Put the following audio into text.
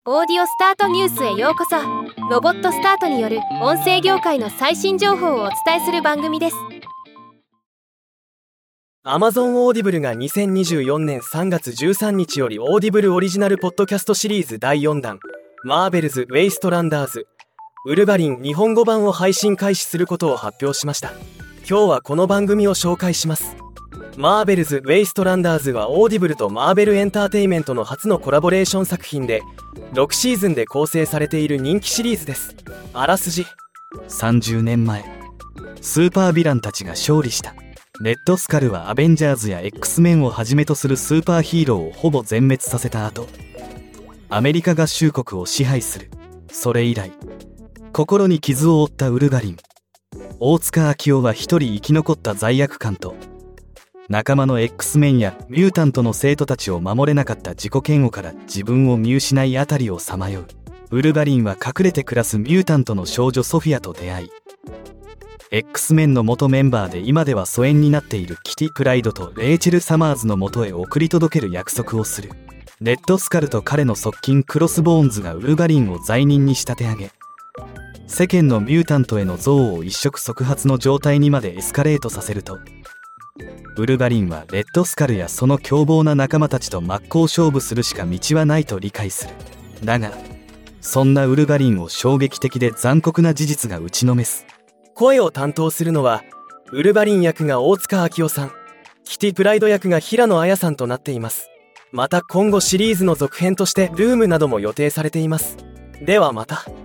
オーディオスタートニュースへようこそ。ロボットスタートによる音声業界の最新情報をお伝えする番組です。 Amazon Audible が2024年3月13日より Audible オリジナルポッドキャストシリーズ第4弾マーベルズ・ウェイストランダーズ・ウルヴァリン日本語版を配信開始することを発表しました。今日はこの番組を紹介します。マーベルズ・ウェイストランダーズは Audible とマーベルエンターテイメントの初のコラボレーション作品で6シーズンで構成されている人気シリーズです。あらすじ。 30年前スーパーヴィランたちが勝利した。レッドスカルはアベンジャーズや X メンをはじめとするスーパーヒーローをほぼ全滅させた後、アメリカ合衆国を支配する。それ以来心に傷を負ったウルヴァリン、大塚明夫は一人生き残った罪悪感と仲間の X メンやミュータントの生徒たちを守れなかった自己嫌悪から自分を見失いあたりをさまよう。ウルヴァリンは隠れて暮らすミュータントの少女ソフィアと出会い、X メンの元メンバーで今では疎遠になっているキティ・プライドとレイチェル・サマーズの元へ送り届ける約束をする。レッドスカルと彼の側近クロスボーンズがウルヴァリンを罪人に仕立て上げ、世間のミュータントへの憎悪を一触即発の状態にまでエスカレートさせると、ウルヴァリンはレッドスカルやその凶暴な仲間たちと真っ向勝負するしか道はないと理解する。だがそんなウルヴァリンを衝撃的で残酷な事実が打ちのめす。 声を担当するのはウルヴァリン役が大塚明夫さん、キティ・プライド役が平野綾さんとなっています。また今後シリーズの続編としてルームなども予定されています。ではまた。